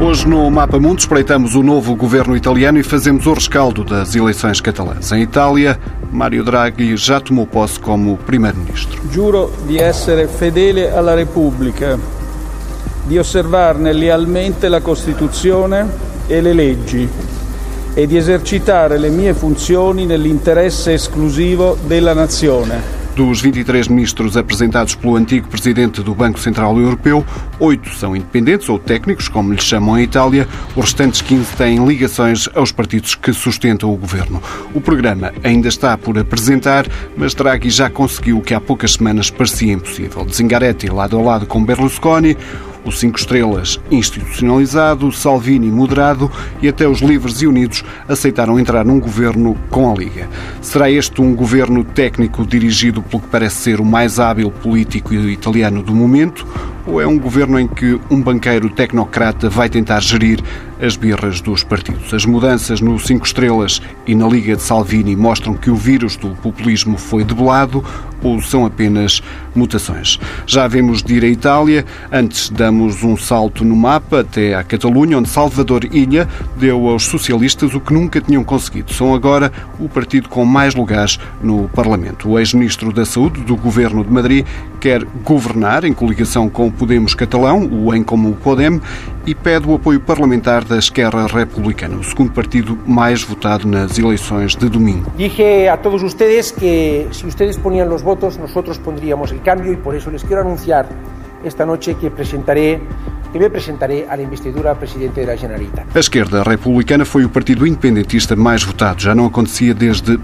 Hoje no Mapa Mundo espreitamos o novo governo italiano e fazemos o rescaldo das eleições catalãs. Em Itália, Mario Draghi já tomou posse como primeiro-ministro. Giuro di essere fedele alla Repubblica, di osservarne lealmente la Costituzione e le leggi e di esercitare le mie funzioni nell'interesse esclusivo della nazione. Dos 23 ministros apresentados pelo antigo presidente do Banco Central Europeu, 8 são independentes ou técnicos, como lhes chamam em Itália. Os restantes 15 têm ligações aos partidos que sustentam o governo. O programa ainda está por apresentar, mas Draghi já conseguiu o que há poucas semanas parecia impossível. Zingaretti lado a lado com Berlusconi, o 5 estrelas institucionalizado, Salvini moderado e até os Livres e Unidos aceitaram entrar num governo com a Liga. Será este um governo técnico dirigido pelo que parece ser o mais hábil político italiano do momento? Ou é um governo em que um banqueiro tecnocrata vai tentar gerir as birras dos partidos? As mudanças no 5 estrelas e na Liga de Salvini mostram que o vírus do populismo foi debelado ou são apenas mutações? Já vemos de ir à Itália. Antes damos um salto no mapa até à Catalunha, onde Salvador Illa deu aos socialistas o que nunca tinham conseguido. São agora o partido com mais lugares no Parlamento. O ex-ministro da Saúde do governo de Madrid quer governar em coligação com o Podemos catalão, o Em Comú Podem, e pede o apoio parlamentar da Esquerra Republicana, o segundo partido mais votado nas eleições de domingo. Dije a todos ustedes que si ustedes ponían los votos, nosotros pondríamos el cambio y por eso les quiero anunciar esta noche que me presentaré a la investidura presidente de la Generalitat. A Esquerda Republicana foi o partido independentista mais votado. Já não acontecia desde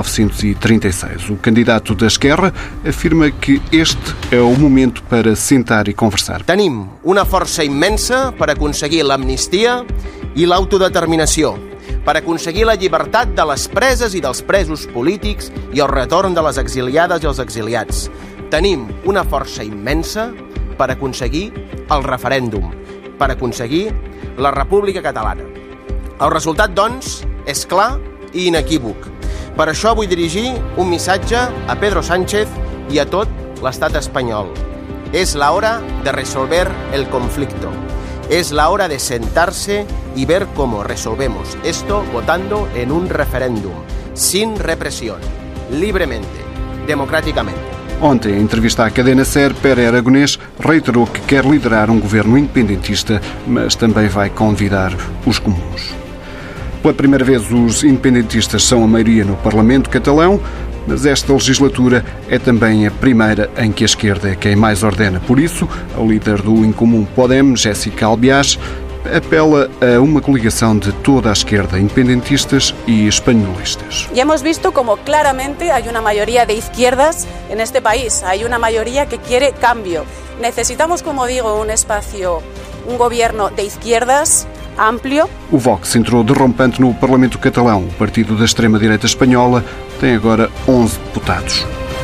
1936. O candidato da Esquerra afirma que este é o momento para sentar e conversar. Tenim una força immensa per aconseguir l'amnistia i l'autodeterminació, per aconseguir la llibertat de les preses i dels presos polítics i el retorn de les exiliades i els exiliats. Tenim una força immensa per aconseguir el referèndum, per aconseguir la República Catalana. El resultat, doncs, és clar i inequívoc. Per això vull dirigir un missatge a Pedro Sánchez i a tot l'estat espanyol. És la hora de resolver el conflicto. Es la hora de sentarse y ver cómo resolvemos esto votando en un referéndum, sin represión, libremente, democráticamente. Ontem, em entrevista à cadena SER, Pere Aragonés reiterou que quer liderar um governo independentista, mas também vai convidar os comuns. Pela primeira vez, os independentistas são a maioria no Parlamento catalão, mas esta legislatura é também a primeira em que a esquerda é quem mais ordena. Por isso, a líder do Em Comú Podem, Jéssica Albiax, apela a uma coligação de toda a esquerda, independentistas y españolistas. Ya hemos visto como claramente hay una mayoría de izquierdas en este país, hay una mayoría que quiere cambio. Necesitamos, como digo, un espacio, un gobierno de izquierdas amplio. O Vox entrou derrompante no Parlamento catalão. O partido da extrema-direita espanhola tem agora 11 deputados.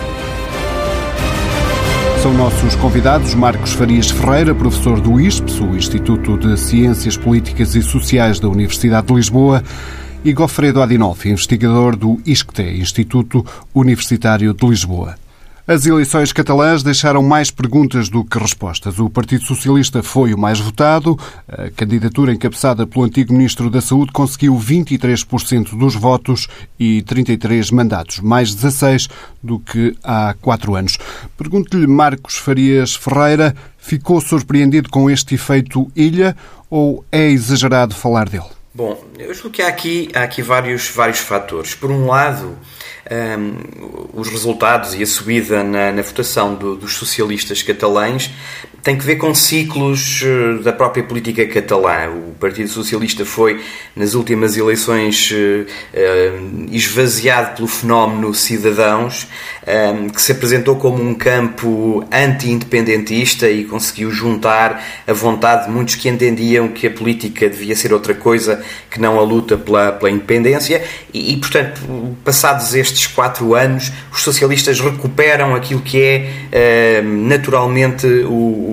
São nossos convidados Marcos Farias Ferreira, professor do ISPS, o Instituto de Ciências Políticas e Sociais da Universidade de Lisboa, e Goffredo Adinolfi, investigador do ISCTE, Instituto Universitário de Lisboa. As eleições catalãs deixaram mais perguntas do que respostas. O Partido Socialista foi o mais votado. A candidatura encabeçada pelo antigo Ministro da Saúde conseguiu 23% dos votos e 33 mandatos, mais 16 do que há 4 anos. Pergunto-lhe, Marcos Farias Ferreira, ficou surpreendido com este efeito ilha ou é exagerado falar dele? Bom, eu julgo que há aqui vários fatores. Por um lado, os resultados e a subida na votação dos socialistas catalães tem que ver com ciclos da própria política catalã. O Partido Socialista foi, nas últimas eleições, esvaziado pelo fenómeno Cidadãos, que se apresentou como um campo anti-independentista e conseguiu juntar a vontade de muitos que entendiam que a política devia ser outra coisa que não a luta pela independência e, portanto, passados estes 4 anos, os socialistas recuperam aquilo que é naturalmente o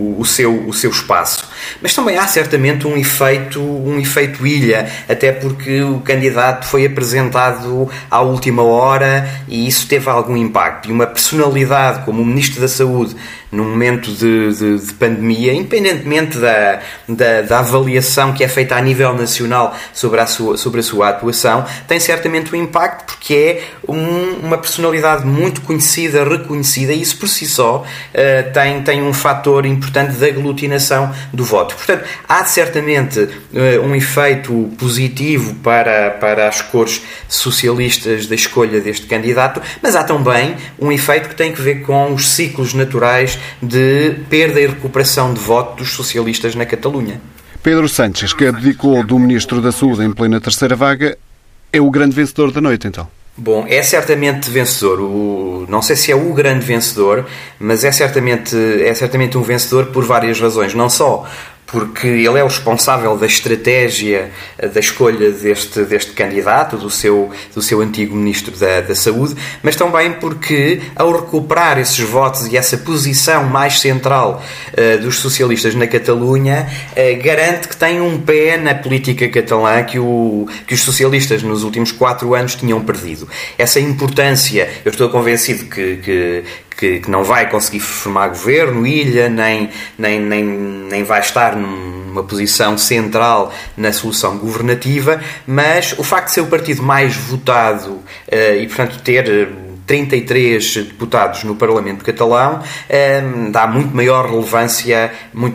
o seu espaço. Mas também há certamente um efeito ilha, até porque o candidato foi apresentado à última hora e isso teve algum impacto. E uma personalidade como o Ministro da Saúde, num momento de pandemia, independentemente da avaliação que é feita a nível nacional sobre a sua atuação, tem certamente um impacto, porque é uma personalidade muito conhecida, reconhecida, e isso por si só tem um fator importante de aglutinação do voto. Portanto, há certamente um efeito positivo para as cores socialistas da escolha deste candidato, mas há também um efeito que tem que ver com os ciclos naturais de perda e recuperação de voto dos socialistas na Catalunha. Pedro Sánchez, que abdicou do Ministro da Saúde em plena terceira vaga, é o grande vencedor da noite, então? Bom, é certamente vencedor. Não sei se é o grande vencedor, mas é certamente um vencedor por várias razões. Não só porque ele é o responsável da estratégia da escolha deste candidato, do seu antigo Ministro da Saúde, mas também porque, ao recuperar esses votos e essa posição mais central dos socialistas na Catalunha, garante que tem um pé na política catalã que os socialistas nos últimos 4 anos tinham perdido. Essa importância, eu estou convencido que não vai conseguir formar governo, ilha, nem vai estar numa posição central na solução governativa, mas o facto de ser o partido mais votado e, portanto, ter 33 deputados no Parlamento catalão dá muito maior relevância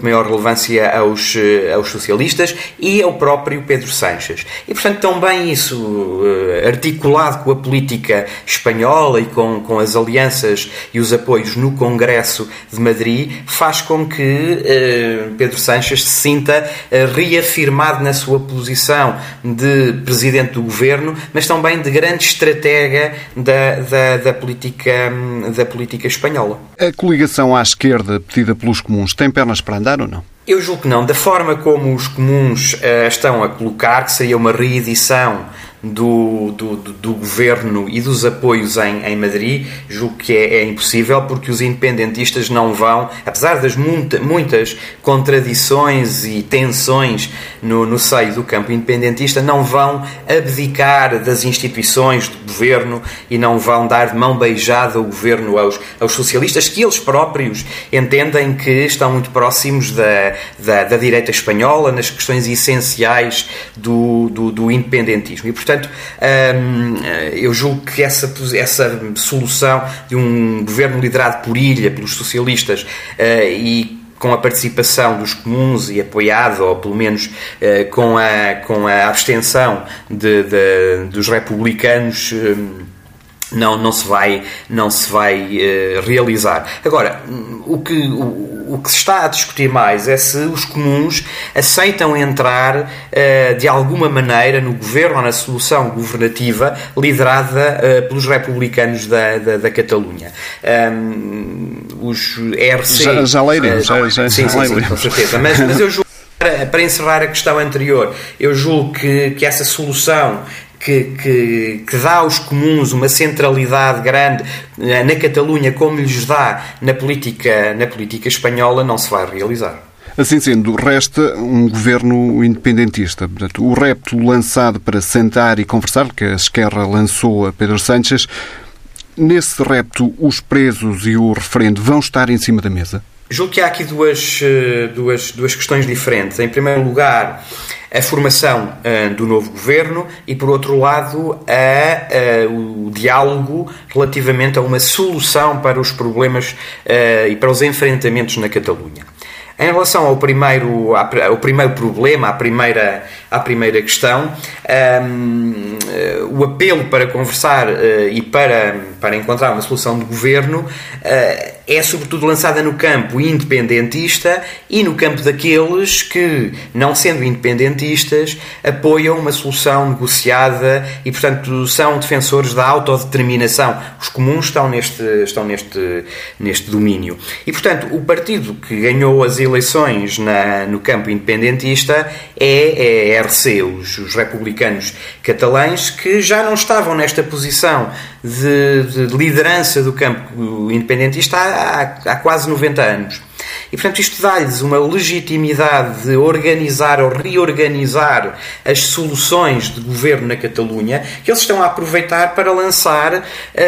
aos socialistas e ao próprio Pedro Sánchez. E, portanto, também isso, articulado com a política espanhola e com as alianças e os apoios no Congresso de Madrid, faz com que Pedro Sánchez se sinta reafirmado na sua posição de Presidente do Governo, mas também de grande estratega da política espanhola. A coligação à esquerda pedida pelos comuns tem pernas para andar ou não? Eu julgo que não. Da forma como os comuns estão a colocar, que seria uma reedição do governo e dos apoios em Madrid, julgo que é impossível, porque os independentistas não vão, apesar das muitas contradições e tensões no seio do campo independentista, não vão abdicar das instituições do governo e não vão dar de mão beijada o governo aos socialistas, que eles próprios entendem que estão muito próximos da direita espanhola nas questões essenciais do independentismo. E, portanto, eu julgo que essa solução de um governo liderado por ilha, pelos socialistas, e com a participação dos comuns e apoiado, ou pelo menos com a abstenção dos republicanos, não se vai realizar. Agora, o que se está a discutir mais é se os comuns aceitam entrar de alguma maneira no governo ou na solução governativa liderada pelos republicanos da Catalunha. Os RC... Já leiremos. Sim, com certeza. Mas eu julgo, para encerrar a questão anterior, eu julgo que essa solução que dá aos comuns uma centralidade grande na Catalunha, como lhes dá na política espanhola, não se vai realizar. Assim sendo, resta um governo independentista. Portanto, o repto lançado para sentar e conversar, que a Esquerra lançou a Pedro Sánchez, nesse repto os presos e o referendo vão estar em cima da mesa? Julgo que há aqui duas questões diferentes. Em primeiro lugar, a formação do novo governo e, por outro lado, o diálogo relativamente a uma solução para os problemas e para os enfrentamentos na Catalunha. Em relação ao primeiro problema, à primeira questão, o apelo para conversar e para encontrar uma solução de governo é sobretudo lançada no campo independentista e no campo daqueles que, não sendo independentistas, apoiam uma solução negociada e, portanto, são defensores da autodeterminação. Os comuns estão neste domínio. E, portanto, o partido que ganhou as eleições no campo independentista é a RC, os republicanos catalães, que já não estavam nesta posição de liderança do campo independentista há quase 90 anos. E, portanto, isto dá-lhes uma legitimidade de organizar ou reorganizar as soluções de governo na Catalunha, que eles estão a aproveitar para lançar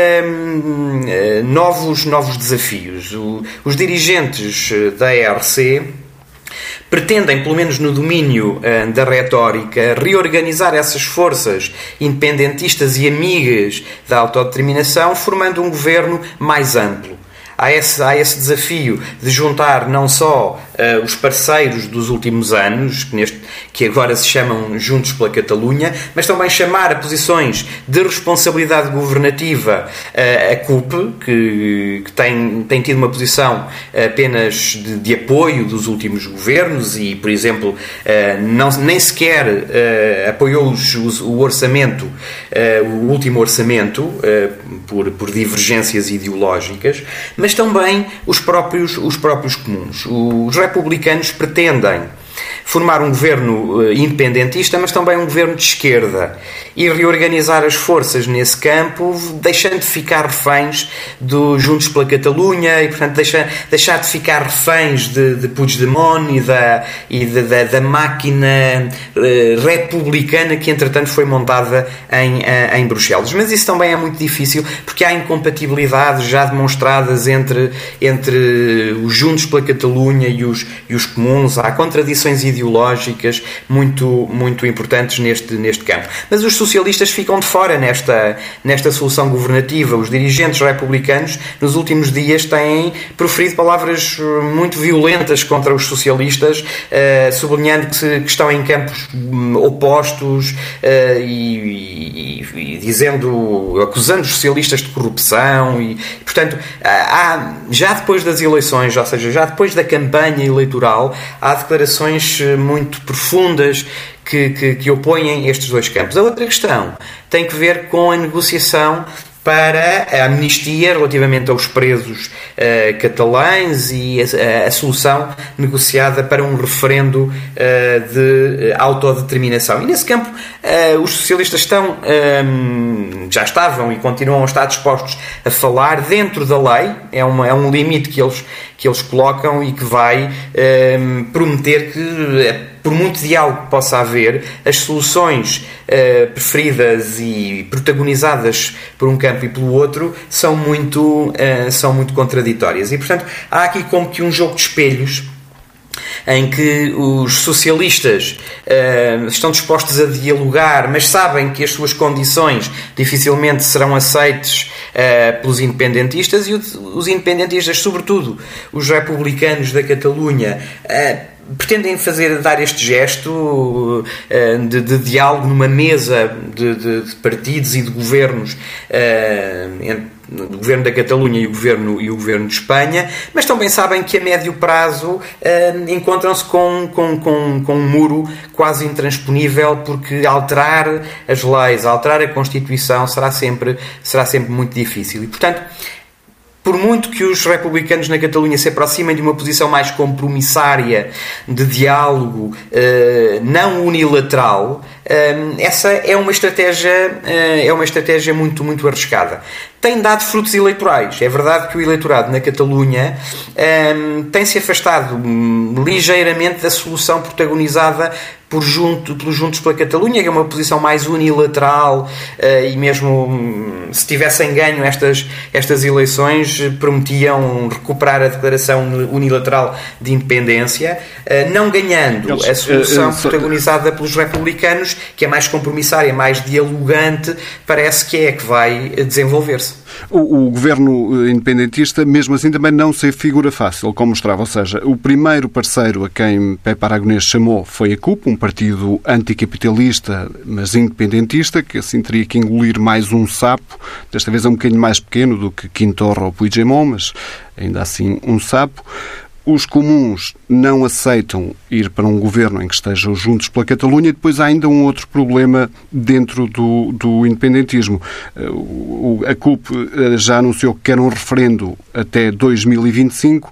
novos desafios. Os dirigentes da ERC pretendem, pelo menos no domínio da retórica, reorganizar essas forças independentistas e amigas da autodeterminação, formando um governo mais amplo. Há esse desafio de juntar não só os parceiros dos últimos anos, que agora se chamam Juntos pela Catalunha, mas também chamar a posições de responsabilidade governativa a CUP, que tem tido uma posição apenas de apoio dos últimos governos e, por exemplo, nem sequer apoiou o orçamento, o último orçamento, por divergências ideológicas, mas também os próprios comuns. Os republicanos pretendem formar um governo independentista, mas também um governo de esquerda, e reorganizar as forças nesse campo, deixando de ficar reféns do Juntos pela Catalunha e, portanto, deixar de ficar reféns de Puigdemont e da máquina republicana que, entretanto, foi montada em Bruxelas. Mas isso também é muito difícil, porque há incompatibilidades já demonstradas entre os Juntos pela Catalunha e os comuns. Há contradições ideológicas muito importantes neste campo. Mas os socialistas ficam de fora nesta solução governativa. Os dirigentes republicanos, nos últimos dias, têm proferido palavras muito violentas contra os socialistas, sublinhando que estão em campos opostos e acusando os socialistas de corrupção e, portanto, já depois das eleições, ou seja, já depois da campanha eleitoral, há declarações muito profundas que opõem estes dois campos. A outra questão tem que ver com a negociação para a amnistia relativamente aos presos catalães e a solução negociada para um referendo de autodeterminação. E nesse campo os socialistas já estavam e continuam a estar dispostos a falar dentro da lei. É um limite que eles colocam e que vai prometer que, por muito diálogo que possa haver, as soluções preferidas e protagonizadas por um campo e pelo outro são muito contraditórias. E, portanto, há aqui como que um jogo de espelhos em que os socialistas estão dispostos a dialogar, mas sabem que as suas condições dificilmente serão aceites pelos independentistas, e os independentistas, sobretudo os republicanos da Catalunha, pretendem dar este gesto de diálogo numa mesa de partidos e de governos entre o governo da Catalunha e o governo de Espanha, mas também sabem que a médio prazo encontram-se com um muro quase intransponível, porque alterar as leis, alterar a Constituição será sempre muito difícil. E, portanto, por muito que os republicanos na Catalunha se aproximem de uma posição mais compromissária, de diálogo não unilateral, essa é uma estratégia muito arriscada. Tem dado frutos eleitorais. É verdade que o eleitorado na Catalunha tem-se afastado ligeiramente da solução protagonizada pelos Juntos pela Catalunha, que é uma posição mais unilateral, e mesmo se tivessem ganho estas eleições, prometiam recuperar a declaração unilateral de independência, não ganhando a solução protagonizada pelos republicanos, que é mais compromissária, mais dialogante, parece que vai desenvolver-se. O governo independentista, mesmo assim, também não se figura fácil, como mostrava. Ou seja, o primeiro parceiro a quem Pepe Aragonés chamou foi a CUP, um partido anticapitalista, mas independentista, que assim teria que engolir mais um sapo, desta vez é um bocadinho mais pequeno do que Quintorra ou Puigdemont, mas ainda assim um sapo. Os comuns não aceitam ir para um governo em que estejam juntos pela Catalunha, e depois há ainda um outro problema dentro do independentismo. A CUP já anunciou que quer um referendo até 2025.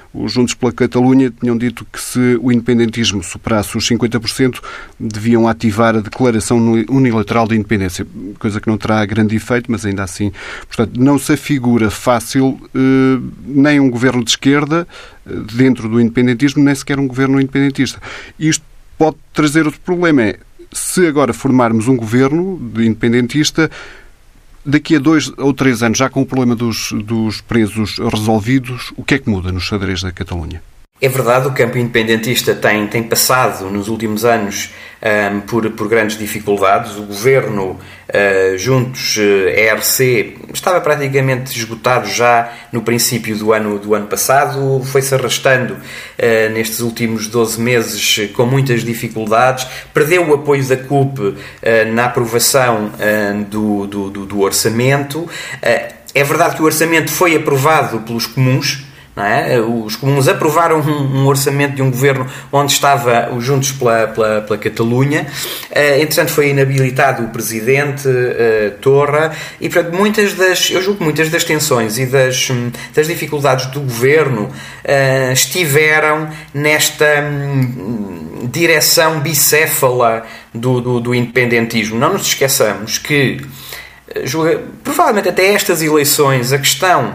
Os Juntos pela Catalunha tinham dito que se o independentismo superasse os 50%, deviam ativar a declaração unilateral de independência, coisa que não terá grande efeito, mas ainda assim, portanto, não se afigura fácil nem um governo de esquerda dentro do independentismo, nem sequer um governo independentista. Isto pode trazer outro problema, se agora formarmos um governo independentista, daqui a 2 ou 3 anos, já com o problema dos presos resolvidos, o que é que muda no xadrez da Catalunha? É verdade, o campo independentista tem passado nos últimos anos por grandes dificuldades. O governo Juntos ERC estava praticamente esgotado já no princípio do ano passado, foi-se arrastando nestes últimos 12 meses com muitas dificuldades, perdeu o apoio da CUP na aprovação do orçamento. É verdade que o orçamento foi aprovado pelos comuns. Não é? Os comuns aprovaram um orçamento de um governo onde estava os Juntos pela Catalunha. Entretanto, foi inabilitado o presidente Torra e, portanto, eu julgo que muitas das tensões e das dificuldades do governo estiveram nesta direção bicéfala do independentismo. Não nos esqueçamos que, provavelmente até estas eleições, a questão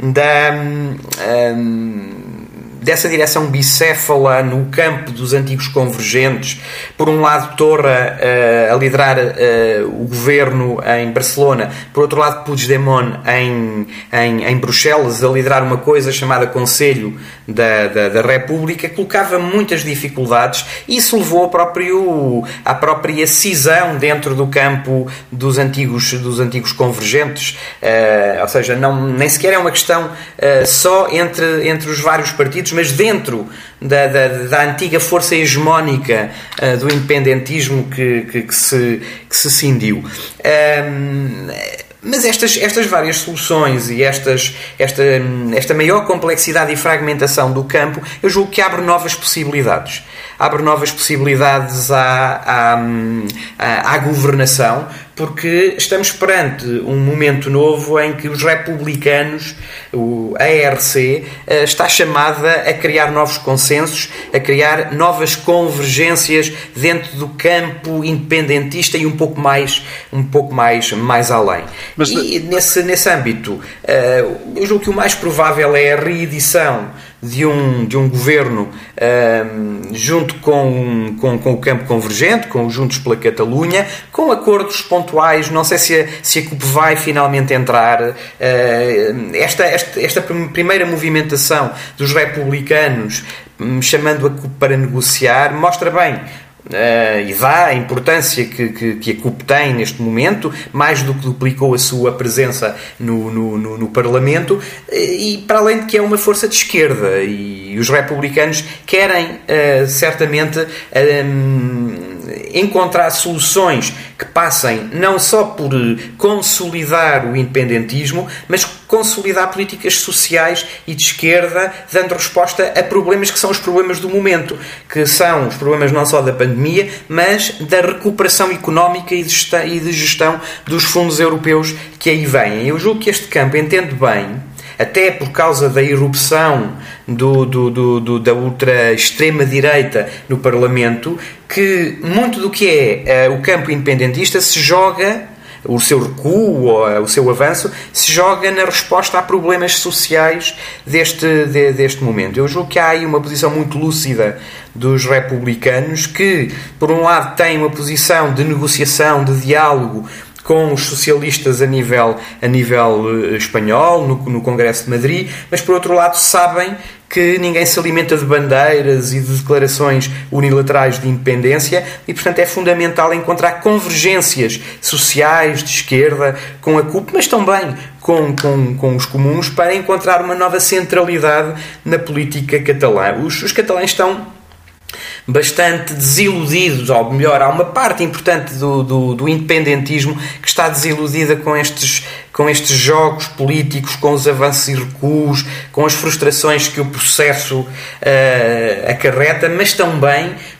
dessa direção bicéfala no campo dos antigos convergentes, por um lado Torra a liderar o governo em Barcelona, por outro lado Puigdemont em Bruxelas a liderar uma coisa chamada Conselho da República, colocava muitas dificuldades e isso levou à própria cisão dentro do campo dos antigos convergentes, ou seja, nem sequer é uma questão só entre os vários partidos, mas dentro da antiga força hegemónica do independentismo que se cindiu. Mas estas várias soluções e esta maior complexidade e fragmentação do campo, eu julgo que abre novas possibilidades. Abre novas possibilidades à governação, porque estamos perante um momento novo em que os republicanos, a ERC, está chamada a criar novos consensos, a criar novas convergências dentro do campo independentista e um pouco mais além. Mas e nesse âmbito, eu julgo que o mais provável é a reedição de um governo junto com o campo convergente, com os Juntos pela Catalunha, com acordos pontuais. Não sei se a CUP vai finalmente entrar. Esta primeira movimentação dos republicanos chamando a CUP para negociar mostra bem e dá a importância que a CUP tem neste momento, mais do que duplicou a sua presença no Parlamento, e para além de que é uma força de esquerda, e os republicanos querem certamente encontrar soluções que passem não só por consolidar o independentismo, mas consolidar políticas sociais e de esquerda, dando resposta a problemas que são os problemas do momento, que são os problemas não só da pandemia, mas da recuperação económica e de gestão dos fundos europeus que aí vêm. Eu julgo que este campo entende bem, até por causa da irrupção da ultra-extrema-direita no Parlamento, que muito do que é o campo independentista se joga, o seu recuo ou o seu avanço, se joga na resposta a problemas sociais deste momento. Eu julgo que há aí uma posição muito lúcida dos republicanos que, por um lado, têm uma posição de negociação, de diálogo com os socialistas a nível espanhol, no Congresso de Madrid, mas por outro lado sabem que ninguém se alimenta de bandeiras e de declarações unilaterais de independência e, portanto, é fundamental encontrar convergências sociais de esquerda com a CUP, mas também com os comuns, para encontrar uma nova centralidade na política catalã. Os catalães estão bastante desiludidos, ou melhor, há uma parte importante do independentismo que está desiludida com estes jogos políticos, com os avanços e recuos, com as frustrações que o processo acarreta, mas também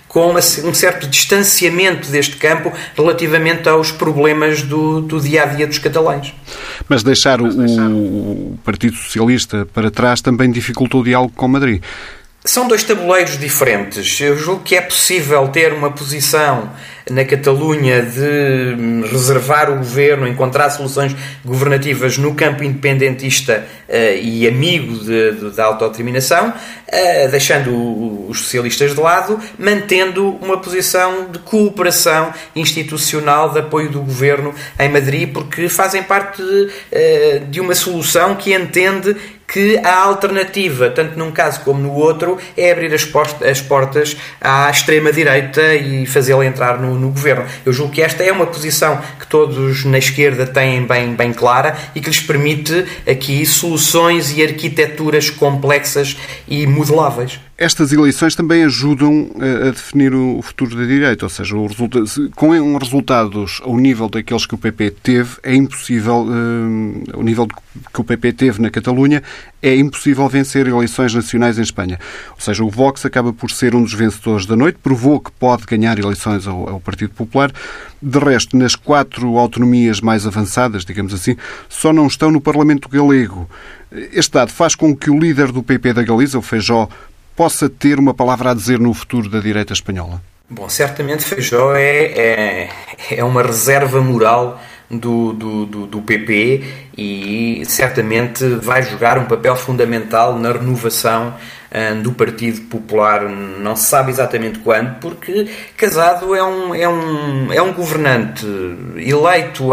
com um certo distanciamento deste campo relativamente aos problemas do dia-a-dia dos catalães. Mas deixar o Partido Socialista para trás também dificultou o diálogo com Madrid. São dois tabuleiros diferentes. Eu julgo que é possível ter uma posição na Catalunha de reservar o governo, encontrar soluções governativas no campo independentista e amigo da autodeterminação, deixando os socialistas de lado, mantendo uma posição de cooperação institucional de apoio do governo em Madrid, porque fazem parte de uma solução que entende que a alternativa, tanto num caso como no outro, é abrir as portas à extrema-direita e fazê-la entrar no governo. Eu julgo que esta é uma posição que todos na esquerda têm bem clara e que lhes permite aqui soluções e arquiteturas complexas e modeláveis. Estas eleições também ajudam a definir o futuro da direita, ou seja, com resultados ao nível daqueles que o PP teve, é impossível, ao nível que o PP teve na Catalunha, é impossível vencer eleições nacionais em Espanha. Ou seja, o Vox acaba por ser um dos vencedores da noite, provou que pode ganhar eleições ao Partido Popular. De resto, nas 4 autonomias mais avançadas, digamos assim, só não estão no Parlamento galego. Este dado faz com que o líder do PP da Galiza, o Feijóo, possa ter uma palavra a dizer no futuro da direita espanhola? Bom, certamente Feijóo é uma reserva moral do PP e certamente vai jogar um papel fundamental na renovação do Partido Popular. Não se sabe exatamente quando, porque Casado é um governante eleito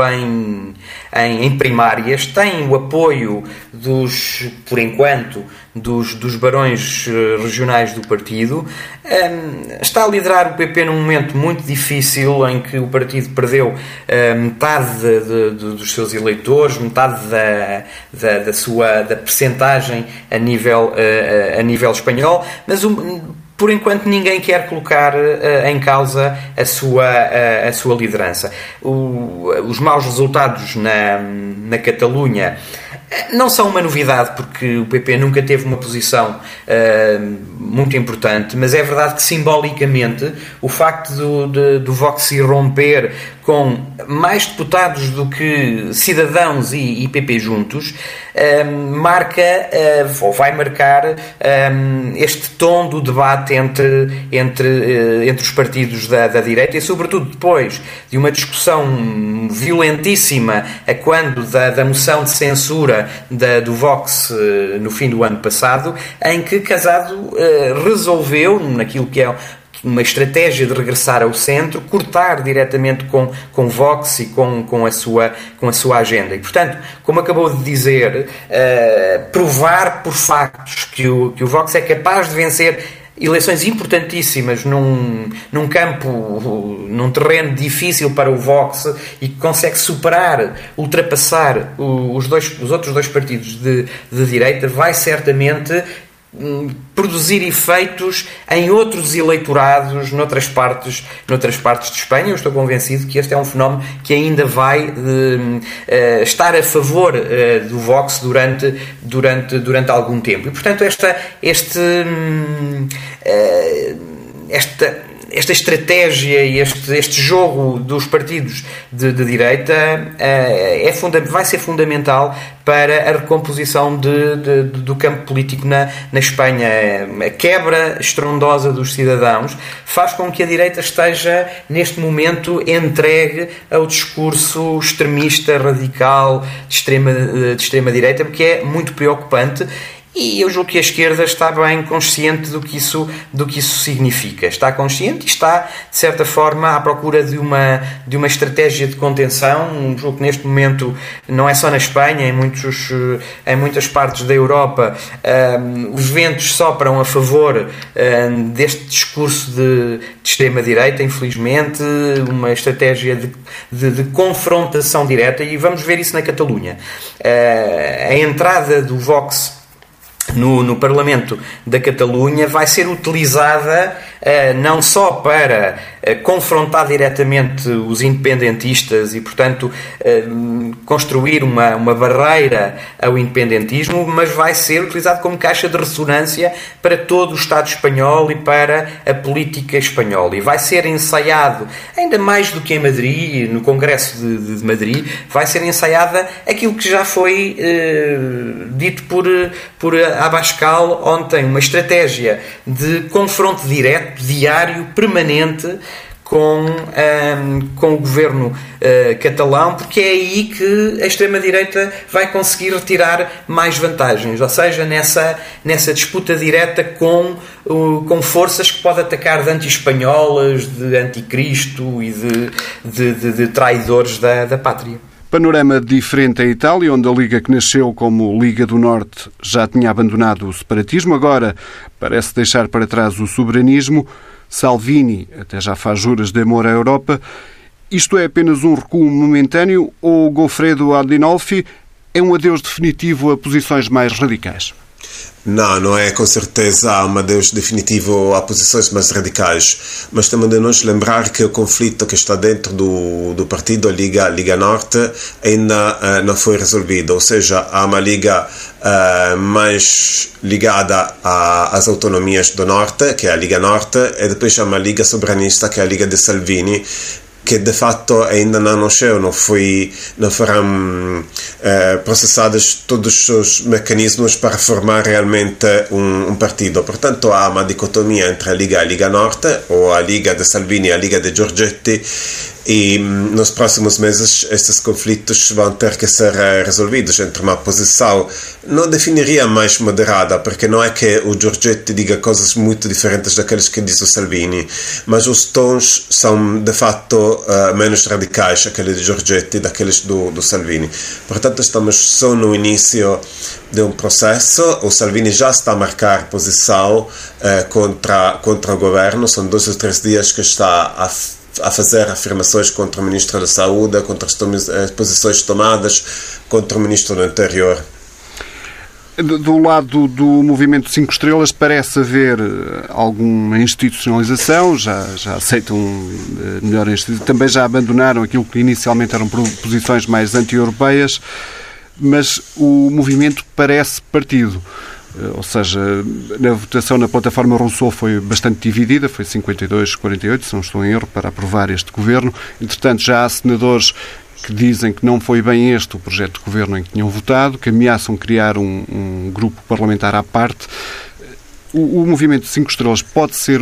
em primárias, tem o apoio por enquanto, dos barões regionais do partido, está a liderar o PP num momento muito difícil em que o partido perdeu metade dos seus eleitores, metade da percentagem a nível espanhol, mas por enquanto ninguém quer colocar em causa a sua liderança. Os maus resultados na Catalunha não são uma novidade, porque o PP nunca teve uma posição muito importante, mas é verdade que simbolicamente o facto do Vox irromper com mais deputados do que Cidadãos e PP juntos vai marcar este tom do debate entre os partidos da direita, e sobretudo depois de uma discussão violentíssima quando da moção de censura do Vox no fim do ano passado, em que Casado resolveu, naquilo que é uma estratégia de regressar ao centro, cortar diretamente com Vox e com a sua agenda. E, portanto, como acabou de dizer, provar por factos que o Vox é capaz de vencer eleições importantíssimas num terreno difícil para o Vox e que consegue ultrapassar os outros dois partidos de direita, vai certamente produzir efeitos em outros eleitorados noutras partes de Espanha. Eu estou convencido que este é um fenómeno que ainda vai estar a favor do Vox durante algum tempo. E, portanto, esta estratégia e este jogo dos partidos de direita vai ser fundamental para a recomposição do campo político na Espanha. A quebra estrondosa dos Cidadãos faz com que a direita esteja, neste momento, entregue ao discurso extremista, radical, de extrema-direita, porque é muito preocupante. E eu julgo que a esquerda está bem consciente do que isso significa. Está consciente e está, de certa forma, à procura de uma estratégia de contenção. Julgo que neste momento, não é só na Espanha, em muitas partes da Europa, os ventos sopram a favor deste discurso de extrema-direita, infelizmente, uma estratégia de confrontação direta, e vamos ver isso na Catalunha. A entrada do Vox no Parlamento da Catalunha vai ser utilizada não só para confrontar diretamente os independentistas e, portanto, construir uma barreira ao independentismo, mas vai ser utilizado como caixa de ressonância para todo o Estado espanhol e para a política espanhola. E vai ser ensaiado, ainda mais do que em Madrid, no Congresso de Madrid, vai ser ensaiada aquilo que já foi dito por Abascal ontem, uma estratégia de confronto direto, diário, permanente com o governo catalão, porque é aí que a extrema-direita vai conseguir retirar mais vantagens, ou seja, nessa disputa direta com forças que pode atacar de anti-espanholas, de anticristo e de traidores da pátria. Panorama diferente em Itália, onde a Liga que nasceu como Liga do Norte já tinha abandonado o separatismo, agora parece deixar para trás o soberanismo. Salvini até já faz juras de amor à Europa. Isto é apenas um recuo momentâneo ou Goffredo Adinolfi é um adeus definitivo a posições mais radicais? Não é com certeza um adeus definitivo a posições mais radicais, mas temos de nos lembrar que o conflito que está dentro do partido Liga Norte ainda não foi resolvido, ou seja, há uma Liga mais ligada às autonomias do Norte, que é a Liga Norte, e depois há uma Liga soberanista, que é a Liga de Salvini, que de facto ainda não nasceu, não foram processados todos os mecanismos para formar realmente um partido. Portanto, há uma dicotomia entre a Liga Norte, ou a Liga de Salvini e a Liga de Giorgetti, e nos próximos meses estes conflitos vão ter que ser resolvidos entre uma posição, não definiria mais moderada, porque não é que o Giorgetti diga coisas muito diferentes daqueles que diz o Salvini, mas os tons são de facto menos radicais, aqueles de Giorgetti, daqueles do Salvini. Portanto, estamos só no início de um processo. O Salvini já está a marcar posição contra o governo, são 2 ou 3 dias que está a fazer afirmações contra o Ministro da Saúde, contra as posições tomadas contra o Ministro do Interior. Do lado do Movimento 5 Estrelas parece haver alguma institucionalização, já aceitam melhor instituição, também já abandonaram aquilo que inicialmente eram posições mais anti-europeias, mas o movimento parece partido. Ou seja, na votação na plataforma Rousseau foi bastante dividida, foi 52-48, se não estou em erro, para aprovar este governo. Entretanto, já há senadores que dizem que não foi bem este o projeto de governo em que tinham votado, que ameaçam criar um grupo parlamentar à parte. O Movimento 5 Estrelas pode ser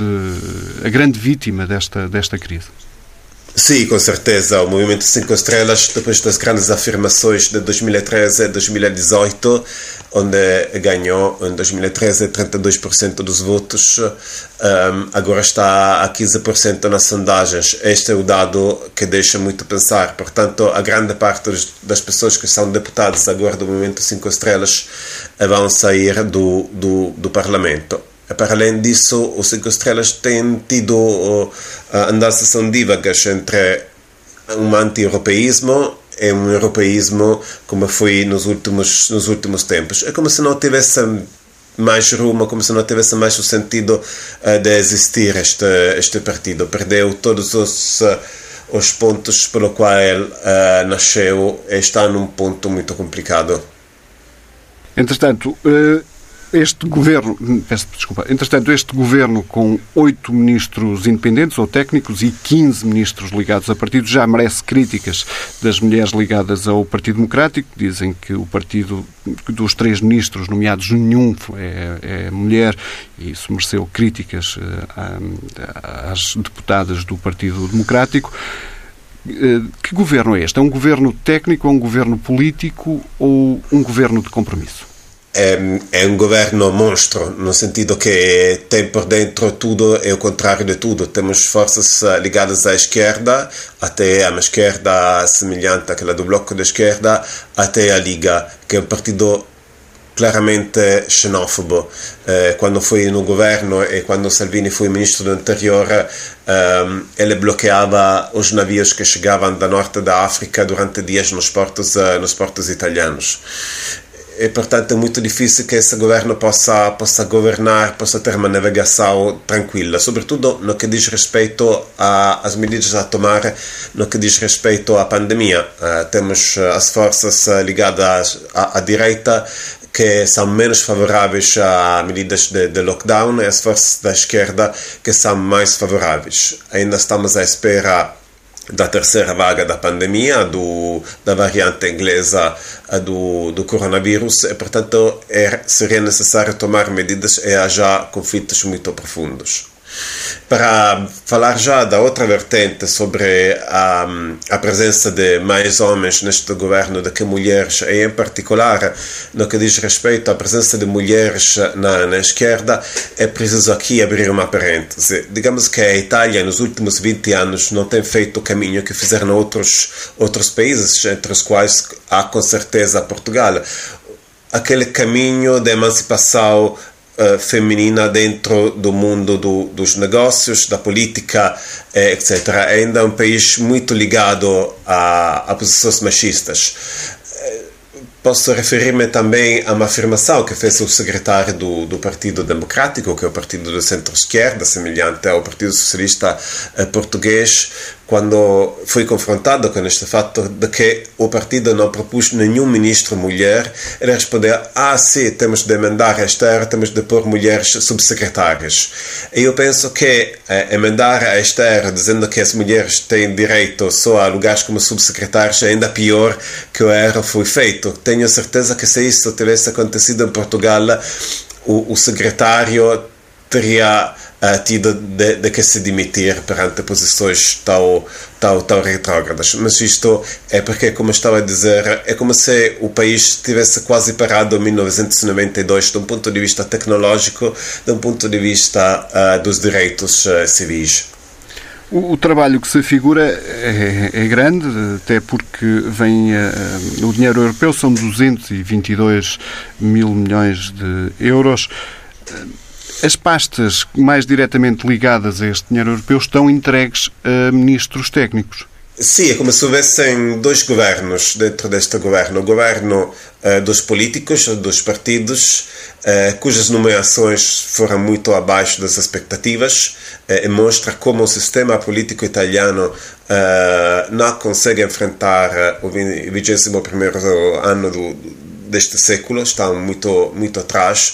a grande vítima desta crise? Sim, com certeza. O Movimento 5 Estrelas, depois das grandes afirmações de 2013 e 2018, onde ganhou em 2013 32% dos votos, agora está a 15% nas sondagens. Este é o dado que deixa muito a pensar. Portanto, a grande parte das pessoas que são deputadas agora do Movimento 5 Estrelas vão sair do Parlamento. Para além disso, os 5 Estrelas têm tido andanças dívagas entre um anti-europeísmo e um europeísmo como foi nos últimos tempos. É como se não tivesse mais rumo, como se não tivesse mais o sentido de existir este partido. Perdeu todos os pontos pelo qual nasceu e está num ponto muito complicado. Entretanto, este governo com 8 ministros independentes ou técnicos e 15 ministros ligados a partidos já merece críticas das mulheres ligadas ao Partido Democrático. Dizem que o partido dos 3 ministros nomeados, nenhum é mulher, e isso mereceu críticas às deputadas do Partido Democrático. Que governo é este? É um governo técnico, é um governo político ou um governo de compromisso? É um governo monstro, no sentido que tem por dentro tudo e o contrário de tudo. Temos forças ligadas à esquerda, até a uma esquerda semelhante àquela do Bloco da Esquerda, até a Liga, que é um partido claramente xenófobo. Quando foi no governo e quando Salvini foi ministro do Interior, ele bloqueava os navios que chegavam do norte da África durante dias nos portos italianos. e portanto é muito difícil que esse governo possa governar, possa ter uma navegação tranquila, sobretudo no que diz respeito às medidas a tomar, no que diz respeito à pandemia. Temos as forças ligadas à direita que são menos favoráveis a medidas de lockdown e as forças da esquerda que são mais favoráveis. Ainda estamos à espera da terceira vaga da pandemia, da variante inglesa do coronavírus, e portanto seria necessário tomar medidas e há já conflitos muito profundos. Para falar já da outra vertente sobre a presença de mais homens neste governo do que mulheres, e em particular no que diz respeito à presença de mulheres na esquerda, é preciso aqui abrir uma parêntese. Digamos que a Itália nos últimos 20 anos não tem feito o caminho que fizeram outros países, entre os quais há com certeza Portugal, aquele caminho de emancipação feminina dentro do mundo dos negócios, da política, etc. Ainda é um país muito ligado a posições machistas. Posso referir-me também a uma afirmação que fez o secretário do Partido Democrático, que é o partido do centro-esquerda, semelhante ao Partido Socialista Português, quando foi confrontado com este fato de que o partido não propôs nenhum ministro mulher. Ele respondeu: sim, temos de emendar esta era, temos de pôr mulheres subsecretárias. E eu penso que emendar esta era dizendo que as mulheres têm direito só a lugares como subsecretárias é ainda pior que o erro foi feito. Tenho certeza que se isso tivesse acontecido em Portugal, o secretário teria tido de que se demitir perante posições tão retrógradas. Mas isto é porque, como estava a dizer, é como se o país tivesse quase parado em 1992 de um ponto de vista tecnológico, de um ponto de vista dos direitos civis. O trabalho que se figura é grande, até porque vem o dinheiro europeu, são 222 mil milhões de euros. As pastas mais diretamente ligadas a este dinheiro europeu estão entregues a ministros técnicos. Sim, é como se houvessem dois governos dentro deste governo. O governo dos políticos, dos partidos, cujas nomeações foram muito abaixo das expectativas, e mostra como o sistema político italiano não consegue enfrentar o 21º ano deste século, está muito atrás.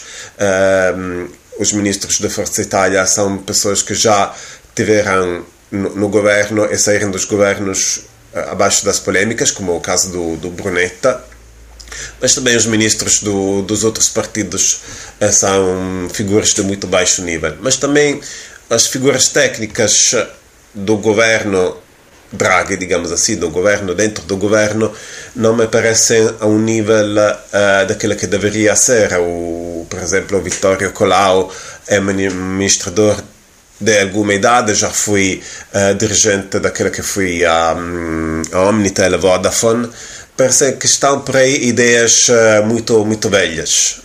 Os ministros da Força Itália são pessoas que já tiveram no governo e saíram dos governos abaixo das polémicas, como o caso do Brunetta, mas também os ministros dos outros partidos são figuras de muito baixo nível. Mas também as figuras técnicas do governo Draghi, digamos assim, do governo, dentro do governo, não me parecem a um nível daquilo que deveria ser. Por exemplo, o Vittorio Colao é administrador de alguma idade, já fui dirigente daquilo que foi a Omnitel, a Vodafone. Parece que estão por aí ideias muito velhas,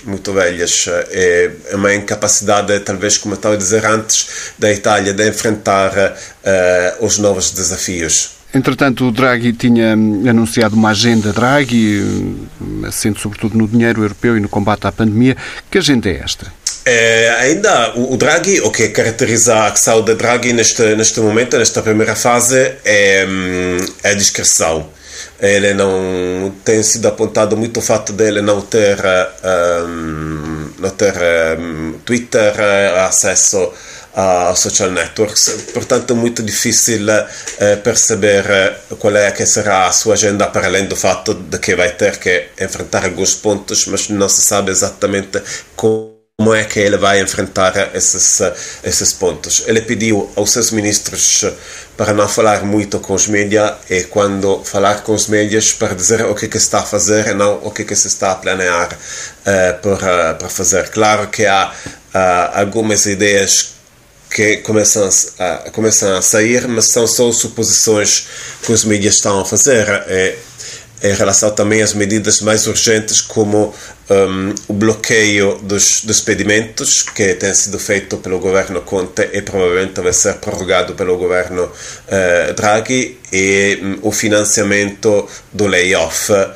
é uma incapacidade, talvez, como eu estava a dizer antes, da Itália de enfrentar os novos desafios. Entretanto, o Draghi tinha anunciado uma agenda Draghi, assente sobretudo no dinheiro europeu e no combate à pandemia. Que agenda é esta? Ainda o Draghi, o que caracteriza a ação de Draghi neste momento, nesta primeira fase, é a discrição. Ele não tem sido apontado muito o fato dele não ter Twitter, acesso a social networks, portanto é muito difícil perceber qual é que será a sua agenda, para além do fato de que vai ter que enfrentar alguns pontos, mas não se sabe exatamente como é que ele vai enfrentar esses pontos. Ele pediu aos seus ministros para não falar muito com os médias, e quando falar com os médias, para dizer o que está a fazer e não o que se está a planear para fazer. Claro que há algumas ideias que começam a sair, mas são só suposições que os mídias estão a fazer. Em relação também às medidas mais urgentes, como o bloqueio dos pedimentos, que tem sido feito pelo governo Conte e provavelmente vai ser prorrogado pelo governo Draghi, e o financiamento do layoff,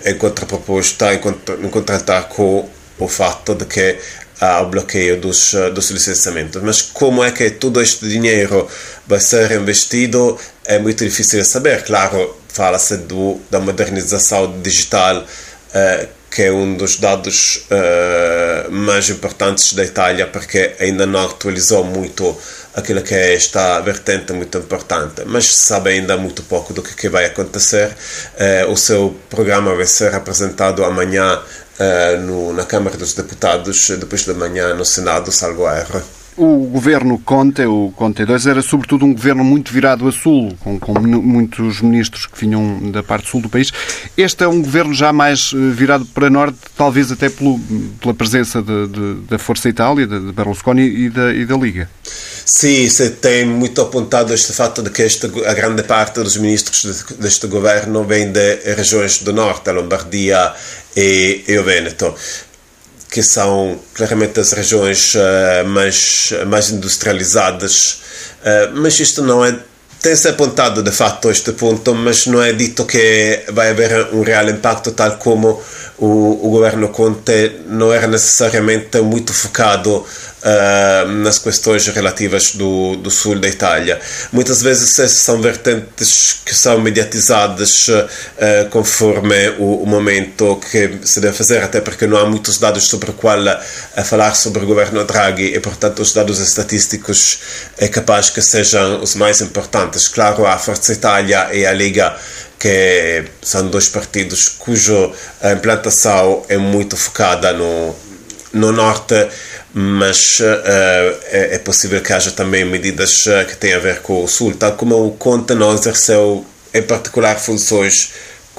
em contraproposta, em contratar com o fato de que há o bloqueio dos licenciamentos. Mas como é que todo este dinheiro vai ser investido é muito difícil de saber. Claro, fala-se da modernização digital, que é um dos dados mais importantes da Itália, porque ainda não atualizou muito aquilo que é esta vertente muito importante, mas se sabe ainda muito pouco do que vai acontecer. O seu programa vai ser apresentado amanhã na Câmara dos Deputados, depois de manhã no Senado, salvo erro. O governo Conte, o Conte 2, era sobretudo um governo muito virado a sul, com muitos ministros que vinham da parte sul do país. Este é um governo já mais virado para norte, talvez até pela presença da Força Itália, de Berlusconi e da Liga. Sim, se tem muito apontado este fato de que a grande parte dos ministros deste governo vem de regiões do norte, a Lombardia e o Vêneto, que são claramente as regiões mais industrializadas, mas isto não é... Tem-se apontado de facto este ponto, mas não é dito que vai haver um real impacto, tal como o governo Conte não era necessariamente muito focado nas questões relativas do sul da Itália. Muitas vezes essas são vertentes que são mediatizadas conforme o momento que se deve fazer, até porque não há muitos dados sobre o qual falar sobre o governo Draghi, e portanto os dados estatísticos é capaz que sejam os mais importantes. Claro, a Forza Italia e a Liga, que são dois partidos cuja implantação é muito focada no norte, mas é possível que haja também medidas que têm a ver com o sul, tal como o Conte não exerceu em particular funções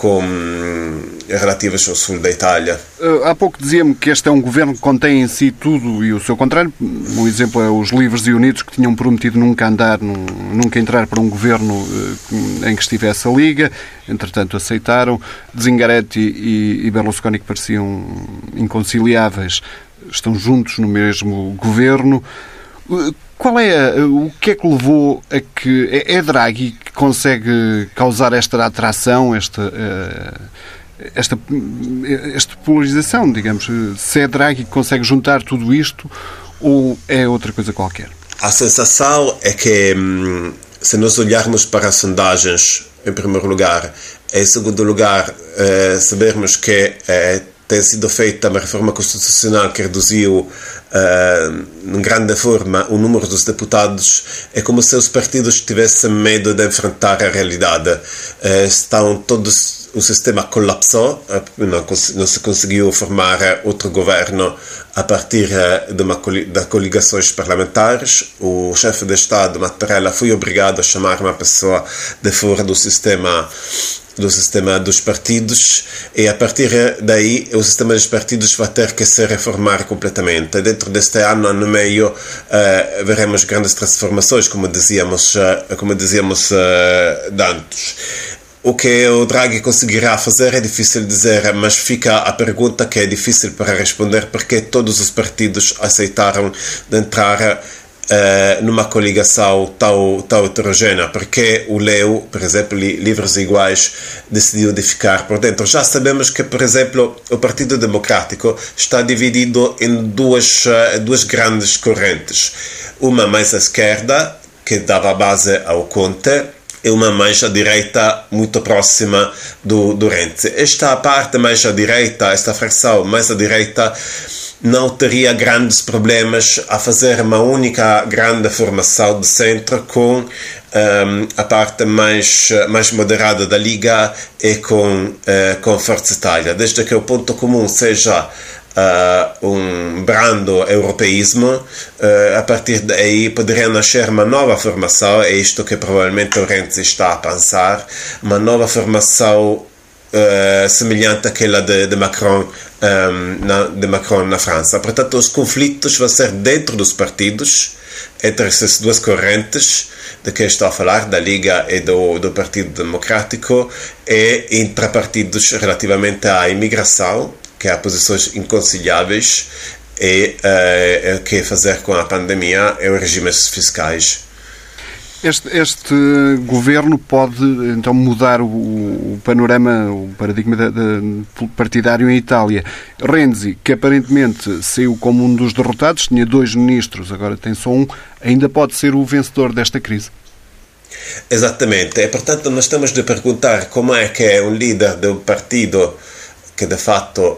relativas ao sul da Itália. Há pouco dizia-me que este é um governo que contém em si tudo e o seu contrário. Um exemplo é os Livres e Unidos, que tinham prometido nunca entrar para um governo em que estivesse a Liga. Entretanto, aceitaram. Zingaretti e Berlusconi, que pareciam inconciliáveis, estão juntos no mesmo governo. O que é que levou a que... É Draghi que consegue causar esta atração, esta polarização, digamos? Se é Draghi que consegue juntar tudo isto ou é outra coisa qualquer? A sensação é que, se nós olharmos para as sondagens, em primeiro lugar, em segundo lugar, sabermos que tem sido feita uma reforma constitucional que reduziu em grande forma o número dos deputados, é como se os partidos tivessem medo de enfrentar a realidade. O sistema colapsou, não se conseguiu formar outro governo a partir de coligações parlamentares. O chefe de Estado, Mattarella, foi obrigado a chamar uma pessoa de fora do sistema dos partidos, e a partir daí o sistema dos partidos vai ter que se reformar completamente. Dentro deste ano e meio veremos grandes transformações, como dizíamos antes. O que o Draghi conseguirá fazer é difícil dizer, mas fica a pergunta que é difícil para responder: porque todos os partidos aceitaram de entrar numa coligação tão heterogênea? Porque o Leu, por exemplo, Livres e Iguais, decidiu de ficar por dentro. Já sabemos que, por exemplo, o Partido Democrático está dividido em duas grandes correntes. Uma mais à esquerda, que dava base ao Conte, e uma mais à direita, muito próxima do Renzi. Esta parte mais à direita, esta fração mais à direita, não teria grandes problemas a fazer uma única grande formação de centro com a parte mais moderada da Liga e com Forza Italia, desde que o ponto comum seja um brando europeísmo. A partir daí poderia nascer uma nova formação, é isto que provavelmente o Renzi está a pensar, uma nova formação semelhante àquela de Macron na França. Portanto, os conflitos vão ser dentro dos partidos, entre essas duas correntes de que estou a falar, da Liga e do Partido Democrático, e entre partidos relativamente à imigração, que há posições inconciliáveis, e que fazer com a pandemia e os regimes fiscais. Este governo pode, então, mudar o panorama, o paradigma partidário em Itália. Renzi, que aparentemente saiu como um dos derrotados, tinha 2 ministros, agora tem só um, ainda pode ser o vencedor desta crise? Exatamente, e portanto nós temos de perguntar como é que um líder de um partido que de facto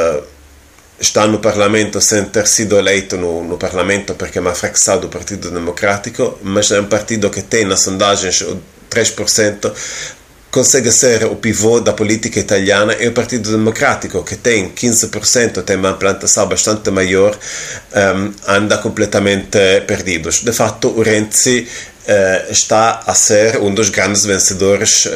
está no Parlamento sem ter sido eleito no Parlamento perché ha fracassato o Partito Democratico, mas é um partido que tem nas sondagens 3%, consegue ser o pivô da política italiana, e o Partito Democratico, que tem 15%, tem uma implantação bastante maior, anda completamente perdidos. De facto, o Renzi está a ser um dos grandes vencedores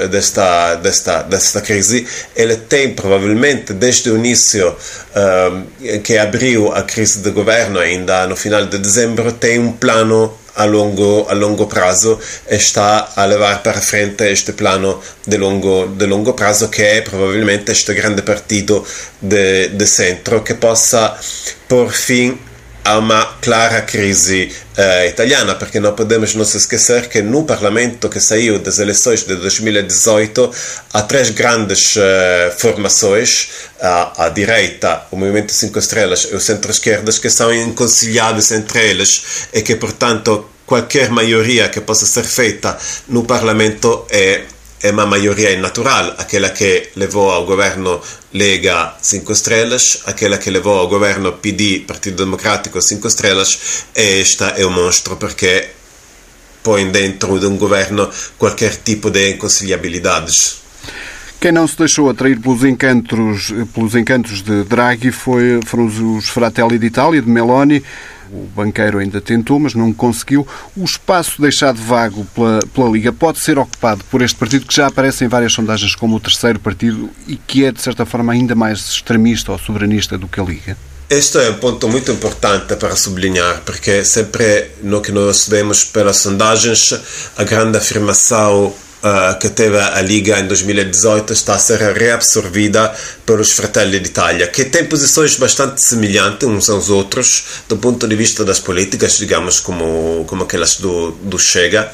desta crise. Ele tem provavelmente desde o início que abriu a crise de governo, ainda no final de dezembro, tem um plano a longo prazo, e está a levar para frente este plano de longo prazo, que é provavelmente este grande partido de centro que possa por fim a uma clara crise italiana, porque não podemos nos esquecer que no Parlamento que saiu das eleições de 2018 há 3 grandes formações, a direita, o Movimento 5 Estrelas e o centro-esquerda, que são inconciliáveis entre eles, e que portanto qualquer maioria que possa ser feita no Parlamento é uma maioria natural, aquela que levou ao governo Lega 5 Estrelas, aquela que levou ao governo PD, Partido Democratico 5 Estrelas, e esta é um monstro porque põe dentro de um governo qualquer tipo de inconciliabilidades. Quem não se deixou atrair pelos encantos de Draghi foram os Fratelli d'Italia, de Meloni. O banqueiro ainda tentou, mas não conseguiu. O espaço deixado vago pela Liga pode ser ocupado por este partido, que já aparece em várias sondagens como o terceiro partido e que é, de certa forma, ainda mais extremista ou soberanista do que a Liga? Este é um ponto muito importante para sublinhar, porque sempre no que nós vemos pelas sondagens, a grande afirmação que teve a Liga em 2018 está a ser reabsorvida pelos Fratelli d'Italia, que têm posições bastante semelhantes uns aos outros do ponto de vista das políticas, digamos, como aquelas do Chega,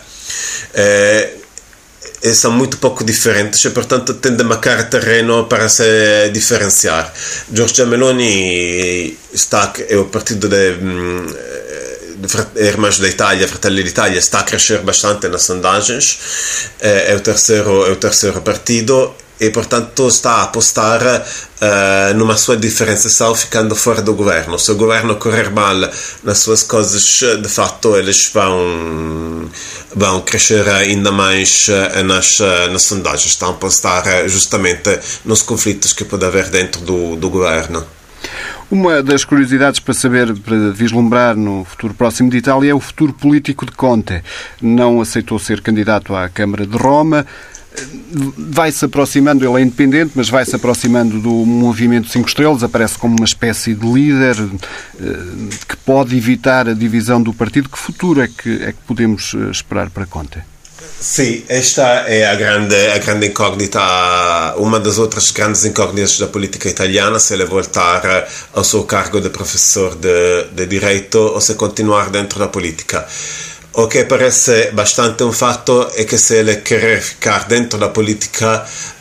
e são muito pouco diferentes e portanto tendem a marcar terreno para se diferenciar. Giorgia Meloni é o partido de Irmãos da Itália, Fratelli d'Italia, está a crescer bastante nas sondagens, é o terceiro partido, e portanto está a apostar numa sua diferenciação ficando fora do governo. Se o governo correr mal nas suas coisas, de facto eles vão crescer ainda mais nas sondagens. Estão a apostar justamente nos conflitos que pode haver dentro do governo. Uma das curiosidades para vislumbrar no futuro próximo de Itália é o futuro político de Conte. Não aceitou ser candidato à Câmara de Roma. Vai-se aproximando, ele é independente, mas vai-se aproximando do Movimento 5 Estrelas, aparece como uma espécie de líder que pode evitar a divisão do partido. Que futuro é que podemos esperar para Conte? Sim, esta é a grande incógnita, uma das outras grandes incógnitas da política italiana, se ele voltar ao seu cargo de professor de direito ou se continuar dentro da política. O que parece bastante um fato é que se ele querer ficar dentro da política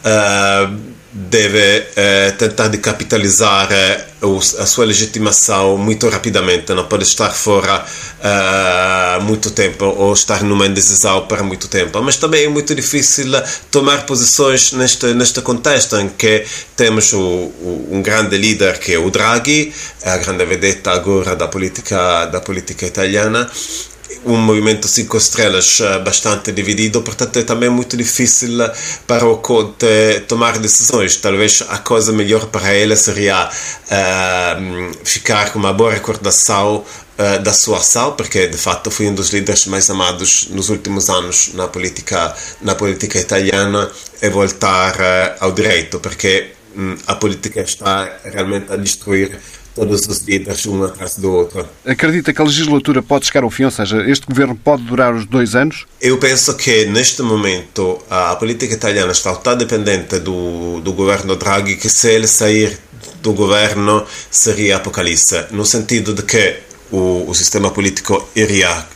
deve tentar de capitalizar a sua legitimação muito rapidamente, não pode estar fora muito tempo ou estar numa indecisão para muito tempo. Mas também é muito difícil tomar posições neste contexto em que temos um grande líder que é o Draghi, a grande vedetta agora da política italiana, um movimento 5 estrelas bastante dividido, portanto é também muito difícil para o Conte tomar decisões. Talvez a coisa melhor para ele seria ficar com uma boa recordação da sua ação, porque de fato foi um dos líderes mais amados nos últimos anos na política italiana, e voltar ao direito, porque a política está realmente a destruir todos os líderes um atrás do outro. Acredita que a legislatura pode chegar ao fim, ou seja, este governo pode durar os 2 anos? Eu penso que neste momento a política italiana está tão dependente do governo Draghi que se ele sair do governo seria apocalipse, no sentido de que o sistema político iria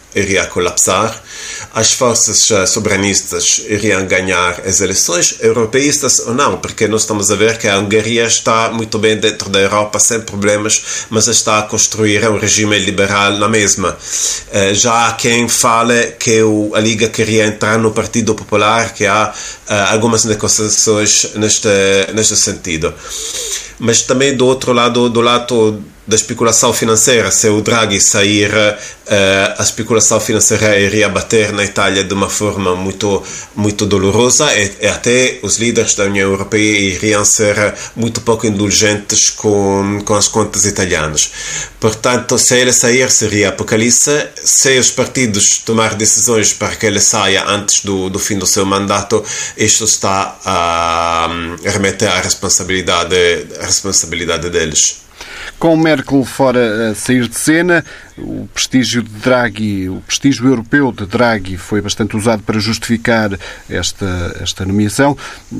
iria colapsar, as forças soberanistas iriam ganhar as eleições, europeístas ou não, porque nós estamos a ver que a Hungria está muito bem dentro da Europa, sem problemas, mas está a construir um regime liberal na mesma. Já há quem fale que a Liga queria entrar no Partido Popular, que há algumas negociações neste sentido. Mas também do outro lado, do lado da especulação financeira, se o Draghi sair, a especulação financeira iria bater na Itália de uma forma muito, muito dolorosa e até os líderes da União Europeia iriam ser muito pouco indulgentes com as contas italianas. Portanto, se ele sair, seria apocalipse. Se os partidos tomar decisões para que ele saia antes do fim do seu mandato, isto está a remeter à responsabilidade deles. Com Merkel fora a sair de cena, o prestígio de Draghi, o prestígio europeu de Draghi foi bastante usado para justificar esta nomeação.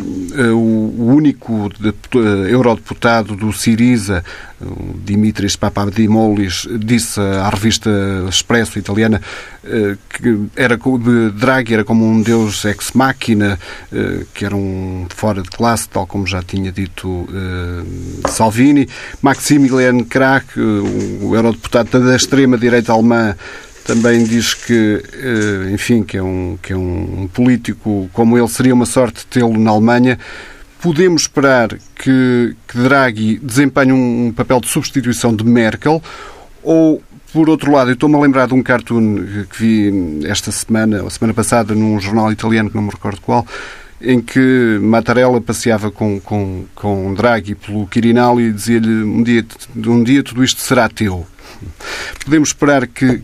O único eurodeputado do Syriza, o Dimitris Papadimoulis, disse à revista Expresso italiana que Draghi era como um deus ex machina, que era um fora de classe, tal como já tinha dito Salvini. Maximilian Krah, o eurodeputado da extrema-direita alemã, também diz que, enfim, que é um político como ele, seria uma sorte tê-lo na Alemanha. Podemos esperar que Draghi desempenhe um papel de substituição de Merkel, ou, por outro lado, eu estou-me a lembrar de um cartoon que vi esta semana, ou a semana passada, num jornal italiano que não me recordo qual, em que Mattarella passeava com Draghi pelo Quirinal e dizia-lhe: um dia tudo isto será teu. Podemos esperar que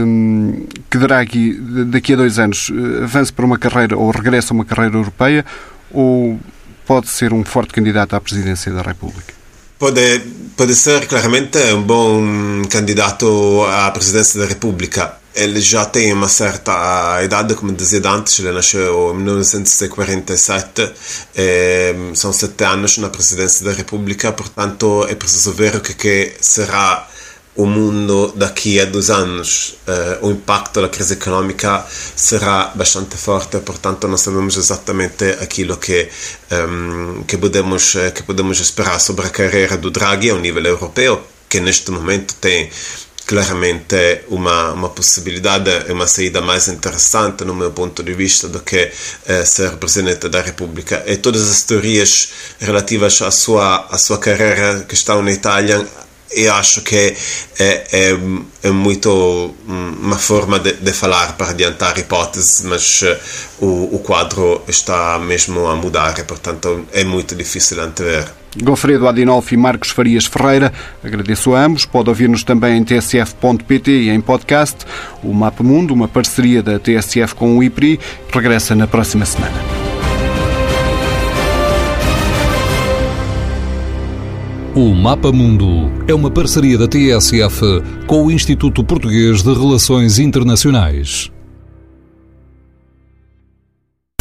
Draghi, daqui a 2 anos, avance para uma carreira ou regresse a uma carreira europeia, ou pode ser um forte candidato à presidência da República? Pode ser claramente um bom candidato à presidência da República. Ele já tem uma certa idade, como dizia antes, ele nasceu em 1947, são 7 anos na presidência da República, portanto é preciso ver o que será o mundo daqui a 2 anos. O impacto da crise económica será bastante forte, portanto não sabemos exatamente aquilo que podemos esperar sobre a carreira do Draghi ao nível europeu, que neste momento tem claramente uma possibilidade, uma saída mais interessante no meu ponto de vista do que ser presidente da República. E todas as teorias relativas à sua carreira que estão na Itália, eu acho que é muito uma forma de falar para adiantar hipóteses, mas o quadro está mesmo a mudar e, portanto, é muito difícil antever. Goffredo Adinolfi e Marcos Farias Ferreira, agradeço a ambos. Pode ouvir-nos também em tsf.pt e em podcast. O Mapa Mundo, uma parceria da TSF com o IPRI, regressa na próxima semana. O Mapa Mundo é uma parceria da TSF com o Instituto Português de Relações Internacionais.